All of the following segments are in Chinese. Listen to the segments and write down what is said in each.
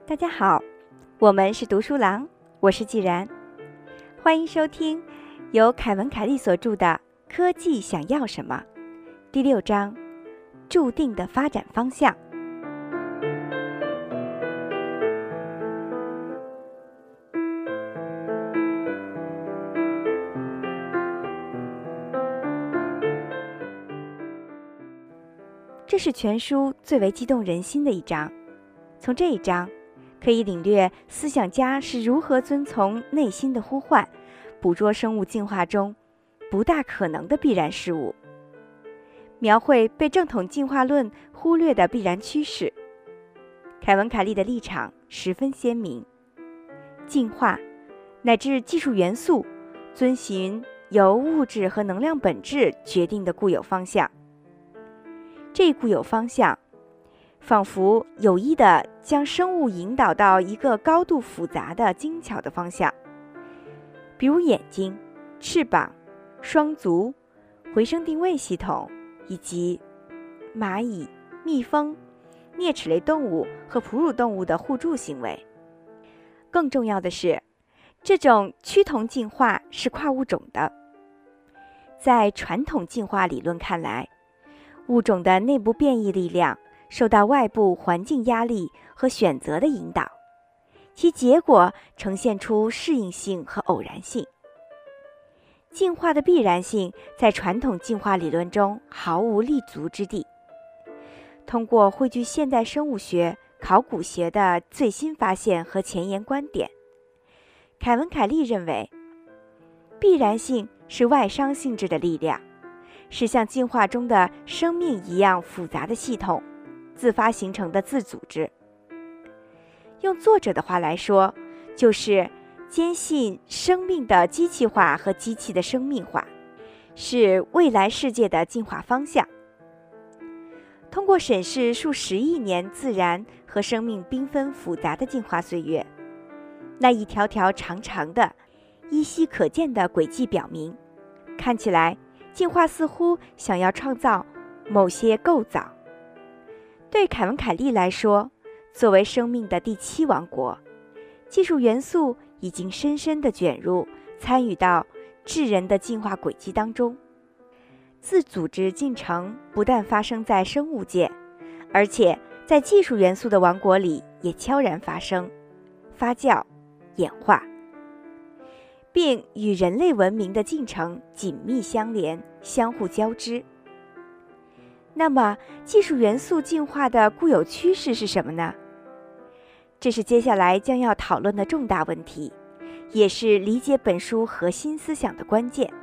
大家好，我们是读书郎，我是既然，欢迎收听由凯文·凯利所著的《科技想要什么》第6章，注定的发展方向。这是全书最为激动人心的一章。从这一章可以领略思想家是如何遵从内心的呼唤，捕捉生物进化中不大可能的必然事物，描绘被正统进化论忽略的必然趋势。凯文·凯利的立场十分鲜明，进化乃至技术元素遵循由物质和能量本质决定的固有方向。这固有方向仿佛有意地将生物引导到一个高度复杂的精巧的方向，比如眼睛、翅膀、双足、回声定位系统，以及蚂蚁、蜜蜂、啮齿类动物和哺乳动物的互助行为。更重要的是，这种趋同进化是跨物种的。在传统进化理论看来，物种的内部变异力量受到外部环境压力和选择的引导，其结果呈现出适应性和偶然性。进化的必然性在传统进化理论中毫无立足之地。通过汇聚现代生物学、考古学的最新发现和前沿观点，凯文·凯利认为，必然性是外伤性质的力量，是像进化中的生命一样复杂的系统自发形成的自组织。用作者的话来说，就是坚信生命的机器化和机器的生命化是未来世界的进化方向。通过审视数十亿年自然和生命缤纷复杂的进化岁月，那一条条长长的依稀可见的轨迹表明，看起来进化似乎想要创造某些构造。对凯文·凯利来说，作为生命的第7王国，技术元素已经深深地卷入参与到智人的进化轨迹当中。自组织进程不但发生在生物界，而且在技术元素的王国里也悄然发生、发酵、演化，并与人类文明的进程紧密相连，相互交织。那么，技术元素进化的固有趋势是什么呢？这是接下来将要讨论的重大问题，也是理解本书核心思想的关键。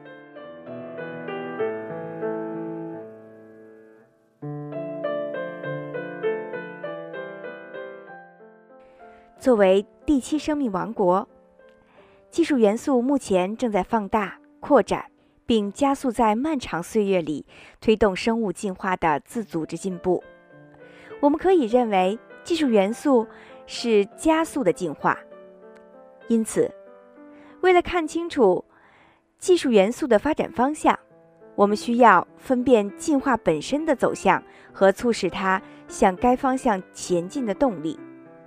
作为第7生命王国，技术元素目前正在放大、扩展，并加速在漫长岁月里推动生物进化的自组织进步。我们可以认为，技术元素是加速的进化。因此，为了看清楚技术元素的发展方向，我们需要分辨进化本身的走向和促使它向该方向前进的动力。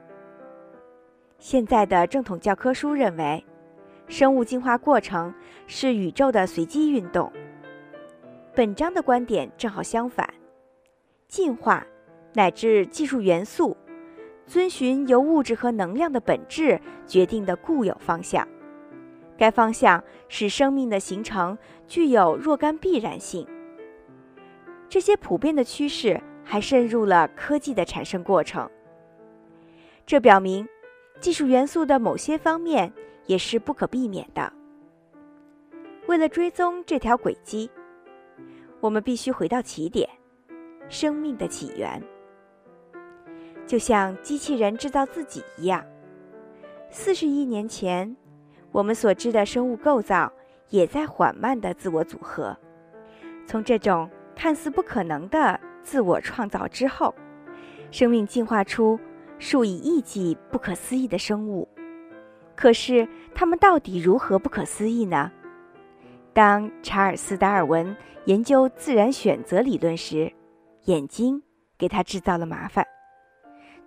现在的正统教科书认为，生物进化过程是宇宙的随机运动。本章的观点正好相反，进化乃至技术元素遵循由物质和能量的本质决定的固有方向，该方向使生命的形成具有若干必然性。这些普遍的趋势还渗入了科技的产生过程，这表明技术元素的某些方面也是不可避免的。为了追踪这条轨迹，我们必须回到起点，生命的起源。就像机器人制造自己一样，40亿年前，我们所知的生物构造也在缓慢地自我组合。从这种看似不可能的自我创造之后，生命进化出数以亿计不可思议的生物。可是它们到底如何不可思议呢？当查尔斯·达尔文研究自然选择理论时，眼睛给他制造了麻烦。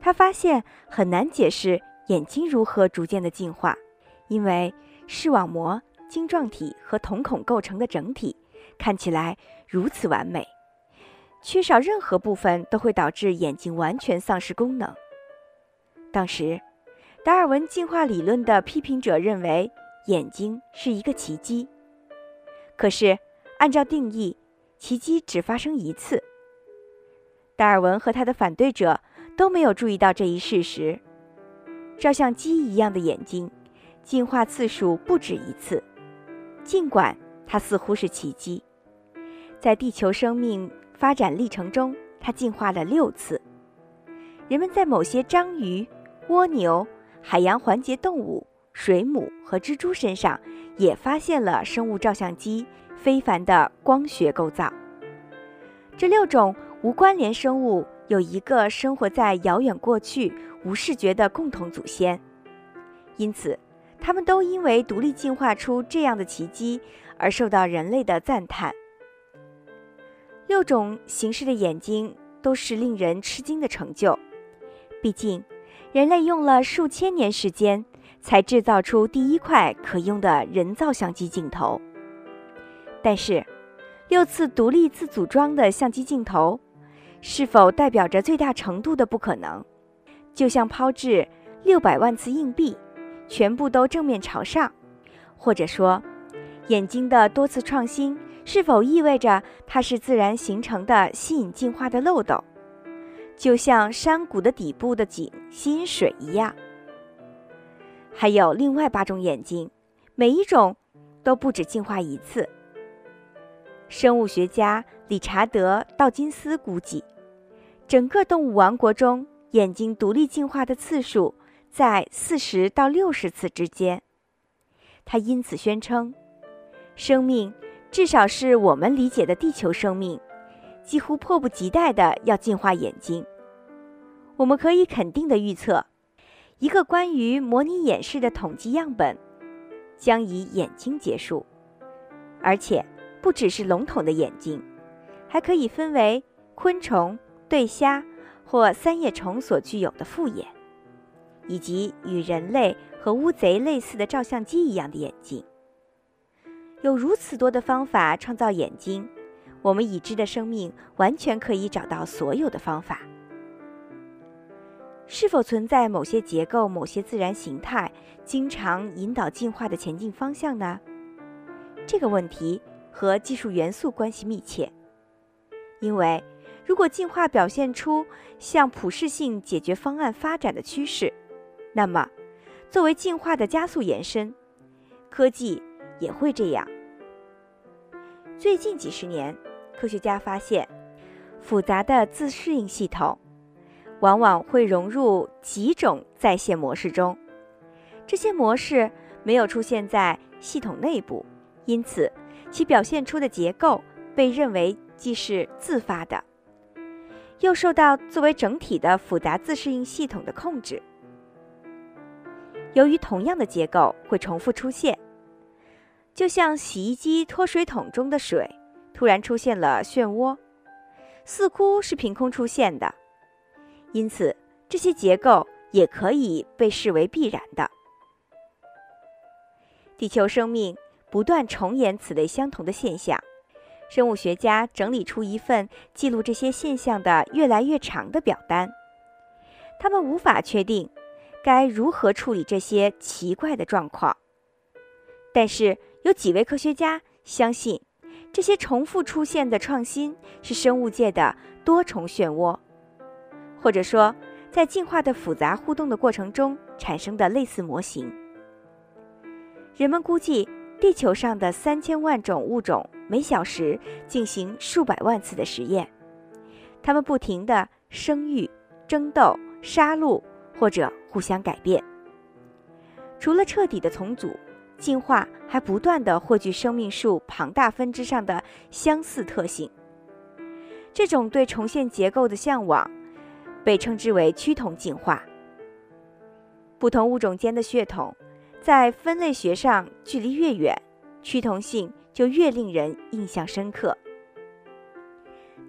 他发现很难解释眼睛如何逐渐的进化，因为视网膜、晶状体和瞳孔构成的整体看起来如此完美，缺少任何部分都会导致眼睛完全丧失功能。当时，达尔文进化理论的批评者认为眼睛是一个奇迹。可是，按照定义，奇迹只发生一次。达尔文和他的反对者都没有注意到这一事实。照相机一样的眼睛，进化次数不止一次，尽管它似乎是奇迹。在地球生命发展历程中，它进化了6次。人们在某些章鱼、蜗牛、海洋环节动物、水母和蜘蛛身上也发现了生物照相机非凡的光学构造。这6种无关联生物有一个生活在遥远过去无视觉的共同祖先，因此它们都因为独立进化出这样的奇迹而受到人类的赞叹。6种形式的眼睛都是令人吃惊的成就，毕竟人类用了数千年时间才制造出第一块可用的人造相机镜头。但是6次独立自组装的相机镜头是否代表着最大程度的不可能？就像抛掷600万次硬币，全部都正面朝上，或者说，眼睛的多次创新是否意味着它是自然形成的吸引进化的漏斗，就像山谷的底部的井吸引水一样？还有另外8种眼睛，每一种都不止进化一次。生物学家理查德·道金斯估计，整个动物王国中眼睛独立进化的次数在40到60次之间。他因此宣称，生命，至少是我们理解的地球生命，几乎迫不及待地要进化眼睛。我们可以肯定地预测，一个关于模拟演示的统计样本将以眼睛结束，而且不只是笼统的眼睛，还可以分为昆虫、对虾或三叶虫所具有的复眼，以及与人类和乌贼类似的照相机一样的眼睛。有如此多的方法创造眼睛，我们已知的生命完全可以找到所有的方法。是否存在某些结构、某些自然形态经常引导进化的前进方向呢？这个问题和技术元素关系密切，因为如果进化表现出向普适性解决方案发展的趋势，那么作为进化的加速延伸，科技也会这样。最近几十年，科学家发现，复杂的自适应系统往往会融入几种在线模式中，这些模式没有出现在系统内部，因此其表现出的结构被认为既是自发的，又受到作为整体的复杂自适应系统的控制。由于同样的结构会重复出现，就像洗衣机脱水桶中的水突然出现了漩涡，似乎是凭空出现的，因此这些结构也可以被视为必然的。地球生命不断重演此类相同的现象，生物学家整理出一份记录这些现象的越来越长的表单。他们无法确定该如何处理这些奇怪的状况，但是有几位科学家相信，这些重复出现的创新是生物界的多重漩涡，或者说在进化的复杂互动的过程中产生的类似模型。人们估计地球上的3000万种物种每小时进行数百万次的实验，它们不停地生育、争斗、杀戮或者互相改变。除了彻底的重组，进化还不断地汇聚生命树庞大分支上的相似特性。这种对重现结构的向往被称之为趋同进化。不同物种间的血统在分类学上距离越远，趋同性就越令人印象深刻。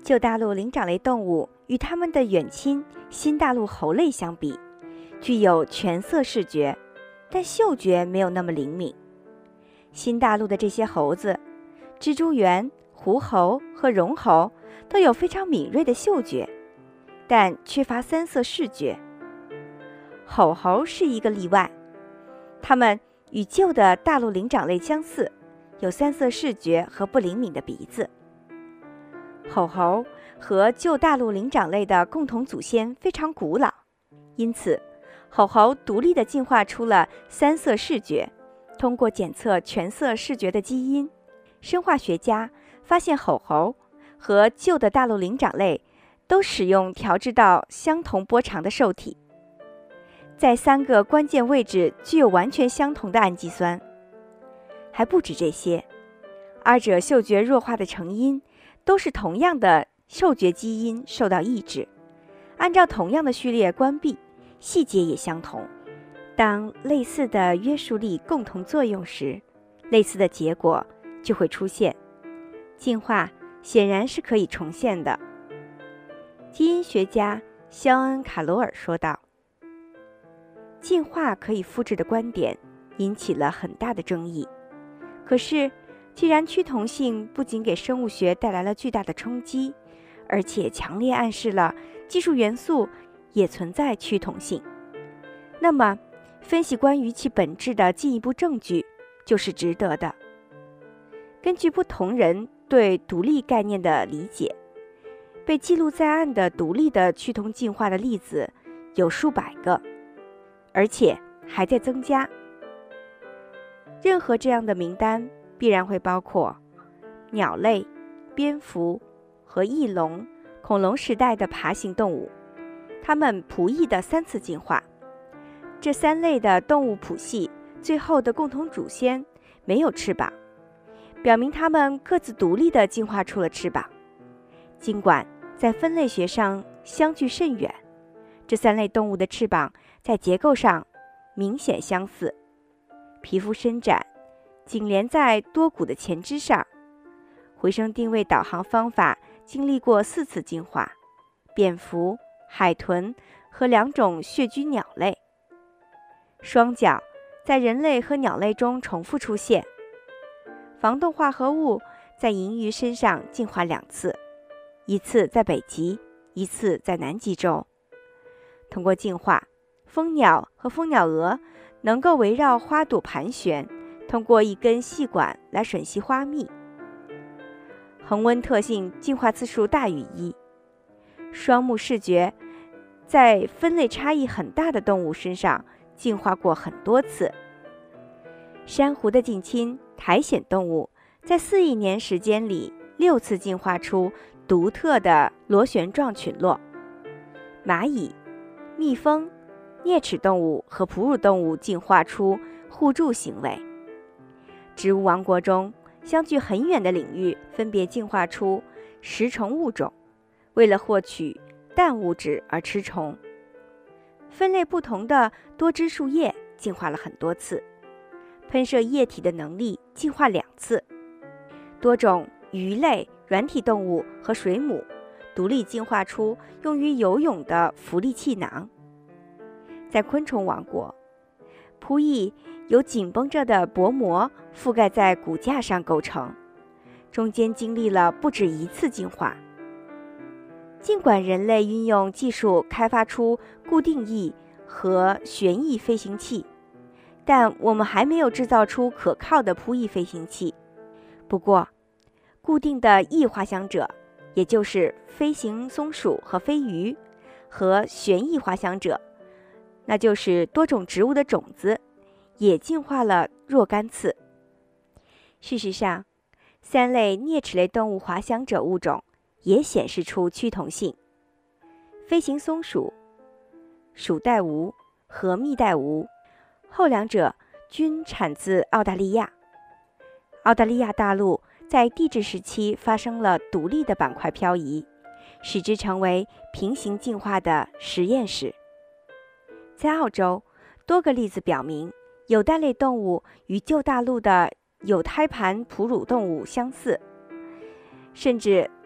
旧大陆灵长类动物与它们的远亲新大陆猴类相比，具有全色视觉，但嗅觉没有那么灵敏。新大陆的这些猴子，蜘蛛猿、狐猴和绒猴都有非常敏锐的嗅觉，但缺乏三色视觉。吼猴是一个例外，它们与旧的大陆灵长类相似，有三色视觉和不灵敏的鼻子。吼猴和旧大陆灵长类的共同祖先非常古老，因此吼猴独立地进化出了三色视觉。通过检测全色视觉的基因，生化学家发现吼猴和旧的大陆灵长类都使用调制到相同波长的受体，在3个关键位置具有完全相同的氨基酸。还不止这些，二者嗅觉弱化的成因都是同样的嗅觉基因受到抑制，按照同样的序列关闭，细节也相同。当类似的约束力共同作用时，类似的结果就会出现。进化显然是可以重现的。基因学家肖恩·卡罗尔说道。进化可以复制的观点引起了很大的争议。可是，既然趋同性不仅给生物学带来了巨大的冲击，而且强烈暗示了技术元素也存在趋同性，那么分析关于其本质的进一步证据就是值得的。根据不同人对独立概念的理解，被记录在案的独立的趋同进化的例子有数百个，而且还在增加。任何这样的名单必然会包括鸟类、蝙蝠和翼龙、恐龙时代的爬行动物，它们仆役的3次进化。这3类的动物谱系最后的共同祖先没有翅膀，表明它们各自独立地进化出了翅膀。尽管在分类学上相距甚远，这3类动物的翅膀在结构上明显相似，皮肤伸展，紧连在多骨的前肢上。回声定位导航方法经历过4次进化，蝙蝠、海豚和2种穴居鸟类。双脚在人类和鸟类中重复出现。防冻化合物在银鱼身上进化2次，一次在北极，一次在南极洲。通过进化，蜂鸟和蜂鸟蛾能够围绕花朵盘旋，通过一根细管来吮吸花蜜。恒温特性进化次数大于1。双目视觉在分类差异很大的动物身上进化过很多次。珊瑚的近亲苔藓动物在4亿年时间里6次进化出独特的螺旋状群落。蚂蚁、蜜蜂、啮齿动物和哺乳动物进化出互助行为。植物王国中相距很远的领域分别进化出食虫物种，为了获取氮物质而吃虫。分类不同的多枝树叶进化了很多次，喷射液体的能力进化2次。多种鱼类、软体动物和水母独立进化出用于游泳的浮力气囊。在昆虫王国，扑翼由紧绷着的薄膜覆盖在骨架上构成，中间经历了不止1次进化。尽管人类运用技术开发出固定翼和旋翼飞行器，但我们还没有制造出可靠的扑翼飞行器。不过，固定的翼滑翔者，也就是飞行松鼠和飞鱼，和旋翼滑翔者，那就是多种植物的种子，也进化了若干次。事实上，3类啮齿类动物滑翔者物种也显示出趋同性。飞行松鼠、鼠带蜈和蜜带蜈，后2者均产自澳大利亚。澳大利亚大陆在地质时期发生了独立的板块漂移，使之成为平行进化的实验室。在澳洲，多个例子表明有袋类动物与旧大陆的有胎盘哺乳动物相似，甚至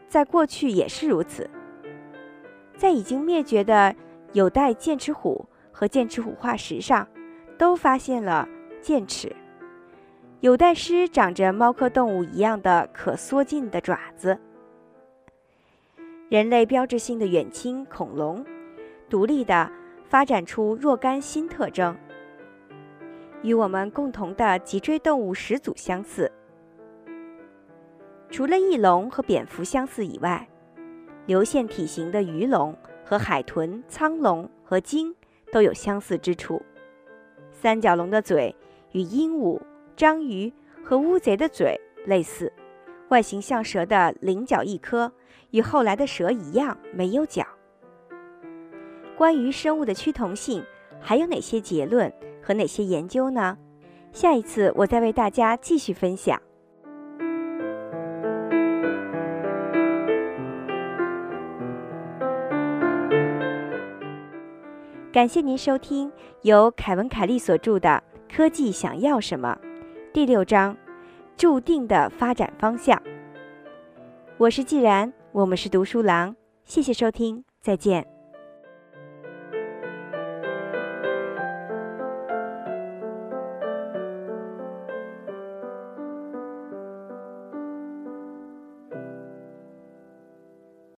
在过去也是如此。在已经灭绝的有袋剑齿虎和剑齿虎化石上，都发现了剑齿。有袋狮长着猫科动物一样的可缩进的爪子。人类标志性的远亲恐龙，独立地发展出若干新特征，与我们共同的脊椎动物始祖相似。除了翼龙和蝙蝠相似以外，流线体型的鱼龙和海豚、苍龙和鲸都有相似之处。三角龙的嘴与鹦鹉、章鱼和乌贼的嘴类似，外形像蛇的鳞角翼科与后来的蛇一样没有角。关于生物的趋同性还有哪些结论和哪些研究呢？下一次我再为大家继续分享。感谢您收听由凯文·凯利所著的《科技想要什么》第6章注定的发展方向。我是既然，我们是读书郎，谢谢收听，再见。